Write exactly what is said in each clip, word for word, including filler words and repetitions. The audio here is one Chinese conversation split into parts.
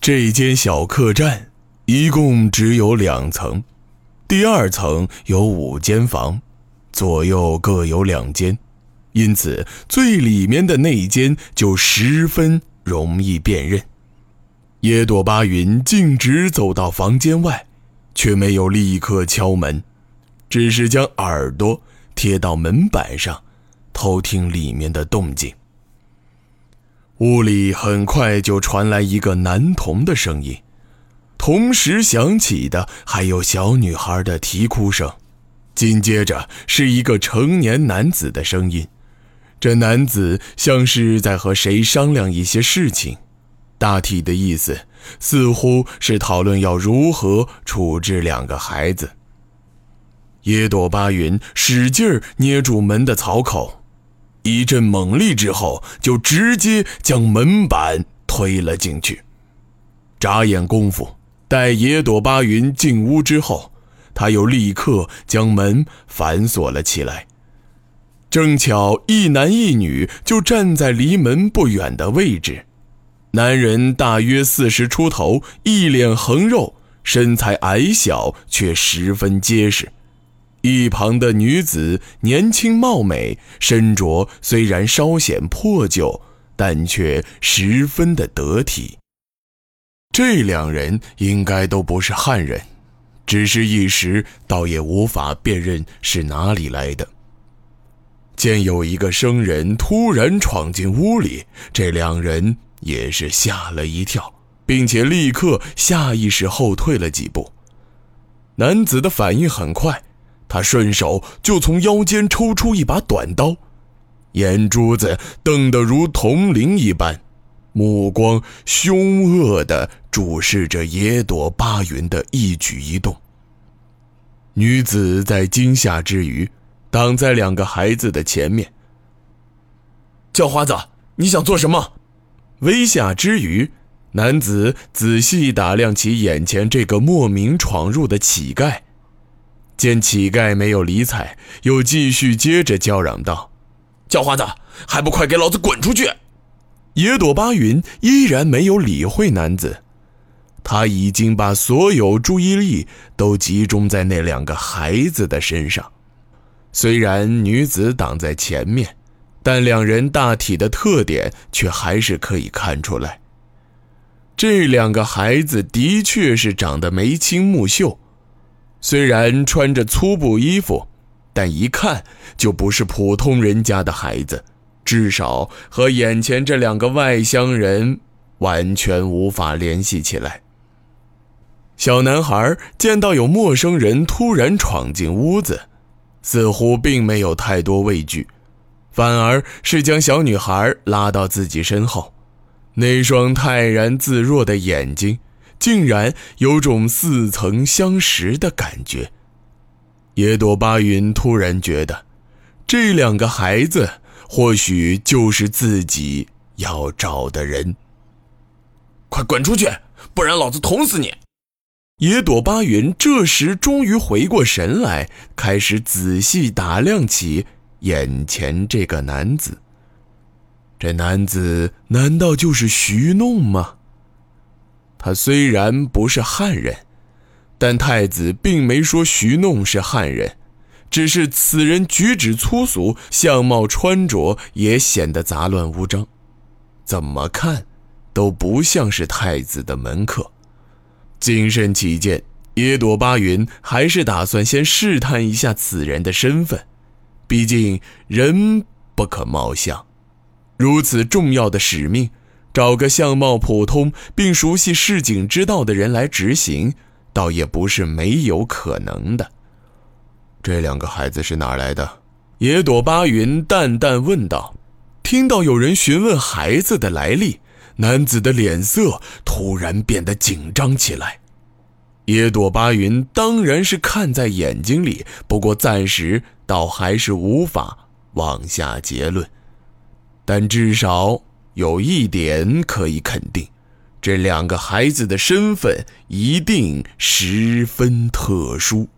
这间小客栈一共只有两层，第二层有五间房，左右各有两间，因此最里面的那间就十分容易辨认。耶朵巴云径直走到房间外，却没有立刻敲门，只是将耳朵贴到门板上，偷听里面的动静。屋里很快就传来一个男童的声音，同时响起的还有小女孩的啼哭声，紧接着是一个成年男子的声音。这男子像是在和谁商量一些事情，大体的意思似乎是讨论要如何处置两个孩子。耶朵巴云使劲捏住门的槽口，一阵猛力之后，就直接将门板推了进去。眨眼功夫，待耶朵巴云进屋之后，他又立刻将门反锁了起来。正巧一男一女就站在离门不远的位置，男人大约四十出头，一脸横肉，身材矮小却十分结实。一旁的女子年轻貌美，身着虽然稍显破旧，但却十分的得体。这两人应该都不是汉人，只是一时倒也无法辨认是哪里来的。见有一个生人突然闯进屋里，这两人也是吓了一跳，并且立刻下意识后退了几步。男子的反应很快，他顺手就从腰间抽出一把短刀，眼珠子瞪得如铜铃一般，目光凶恶地注视着耶朵巴云的一举一动。女子在惊吓之余，挡在两个孩子的前面。叫花子，你想做什么？微下之余，男子仔细打量起眼前这个莫名闯入的乞丐。见乞丐没有理睬，又继续接着叫嚷道：叫花子，还不快给老子滚出去！耶朵巴云依然没有理会男子，他已经把所有注意力都集中在那两个孩子的身上。虽然女子挡在前面，但两人大体的特点却还是可以看出来。这两个孩子的确是长得眉清目秀，虽然穿着粗布衣服，但一看就不是普通人家的孩子，至少和眼前这两个外乡人完全无法联系起来。小男孩见到有陌生人突然闯进屋子，似乎并没有太多畏惧，反而是将小女孩拉到自己身后，那双泰然自若的眼睛竟然有种似曾相识的感觉。耶朵巴云突然觉得，这两个孩子或许就是自己要找的人。快滚出去，不然老子捅死你！耶朵巴云这时终于回过神来，开始仔细打量起眼前这个男子。这男子难道就是徐弄吗？他虽然不是汉人，但太子并没说徐弄是汉人，只是此人举止粗俗，相貌穿着也显得杂乱无章，怎么看都不像是太子的门客。谨慎起见，耶朵巴云还是打算先试探一下此人的身份，毕竟人不可貌相，如此重要的使命，找个相貌普通并熟悉市井之道的人来执行，倒也不是没有可能的。这两个孩子是哪儿来的？耶朵巴云淡淡问道。听到有人询问孩子的来历，男子的脸色突然变得紧张起来。耶朵巴云当然是看在眼睛里，不过暂时倒还是无法往下结论。但至少有一点可以肯定，这两个孩子的身份一定十分特殊。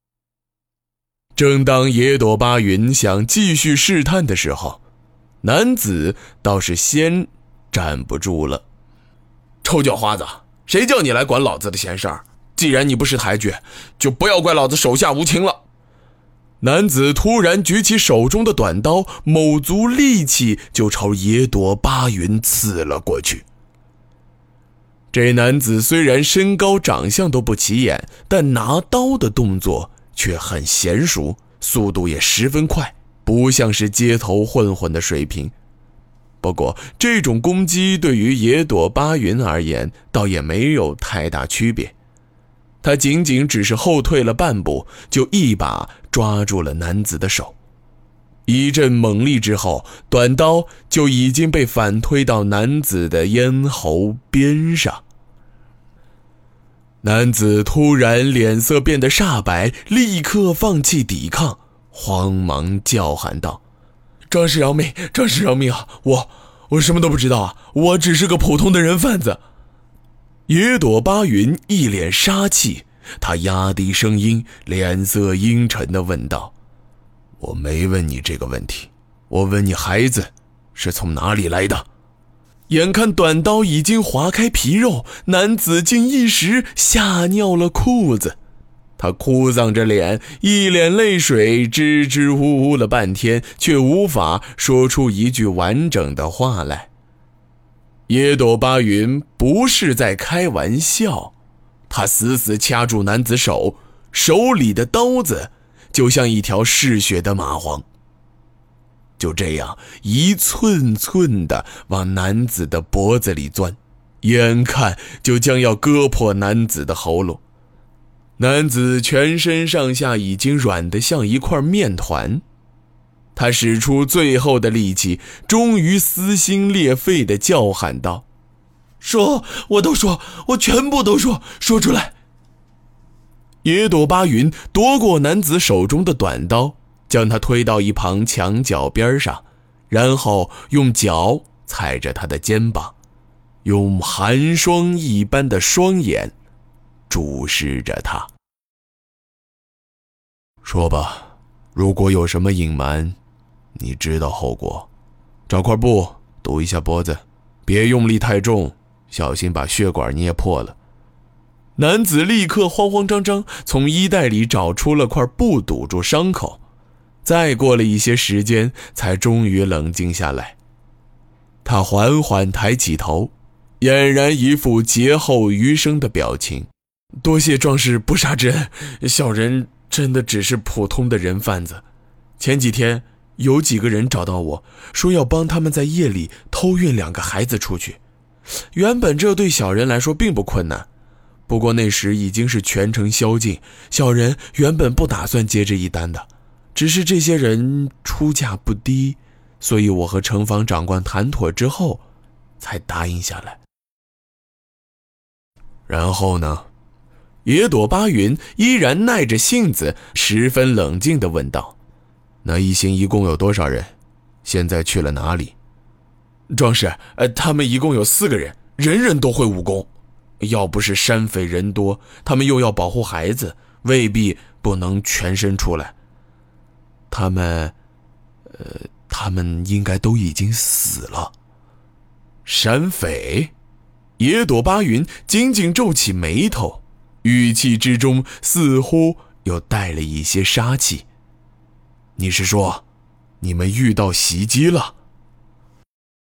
正当耶朵巴云想继续试探的时候，男子倒是先站不住了。臭叫花子， 谁叫你来管老子的闲事儿？既然你不识抬举，就不要怪老子手下无情了。男子突然举起手中的短刀，卯足力气就朝野朵巴云刺了过去。这男子虽然身高长相都不起眼，但拿刀的动作却很娴熟，速度也十分快，不像是街头混混的水平。不过这种攻击对于野朵巴云而言倒也没有太大区别，他仅仅只是后退了半步，就一把抓住了男子的手。一阵猛力之后，短刀就已经被反推到男子的咽喉边上。男子突然脸色变得煞白，立刻放弃抵抗，慌忙叫喊道：壮士饶命，壮士饶命啊！我我什么都不知道啊，我只是个普通的人贩子。野朵巴云一脸杀气，他压低声音，脸色阴沉地问道：我没问你这个问题，我问你孩子是从哪里来的？眼看短刀已经划开皮肉，男子竟一时吓尿了裤子。他哭丧着脸，一脸泪水，支支吾吾了半天，却无法说出一句完整的话来。野朵巴云不是在开玩笑，他死死掐住男子手，手里的刀子就像一条嗜血的蚂蟥，就这样一寸寸地往男子的脖子里钻，眼看就将要割破男子的喉咙。男子全身上下已经软得像一块面团，他使出最后的力气，终于撕心裂肺地叫喊道：说，我都说，我全部都说，说出来。野朵巴云夺过男子手中的短刀，将他推到一旁墙角边上，然后用脚踩着他的肩膀，用寒霜一般的双眼注视着他。说吧，如果有什么隐瞒，你知道后果。找块布堵一下脖子，别用力太重，小心把血管捏破了。男子立刻慌慌张张从衣袋里找出了块布堵住伤口，再过了一些时间，才终于冷静下来。他缓缓抬起头，俨然一副劫后余生的表情。多谢壮士不杀之恩，小人真的只是普通的人贩子。前几天有几个人找到我，说要帮他们在夜里偷运两个孩子出去。原本这对小人来说并不困难，不过那时已经是全城宵禁，小人原本不打算接这一单的，只是这些人出价不低，所以我和城防长官谈妥之后才答应下来。然后呢？野朵巴云依然耐着性子，十分冷静地问道：那一行一共有多少人？现在去了哪里？壮士，呃，他们一共有四个人，人人都会武功。要不是山匪人多，他们又要保护孩子，未必不能全身出来。他们，呃，他们应该都已经死了。山匪？野朵巴云紧紧皱起眉头，语气之中似乎又带了一些杀气。你是说，你们遇到袭击了？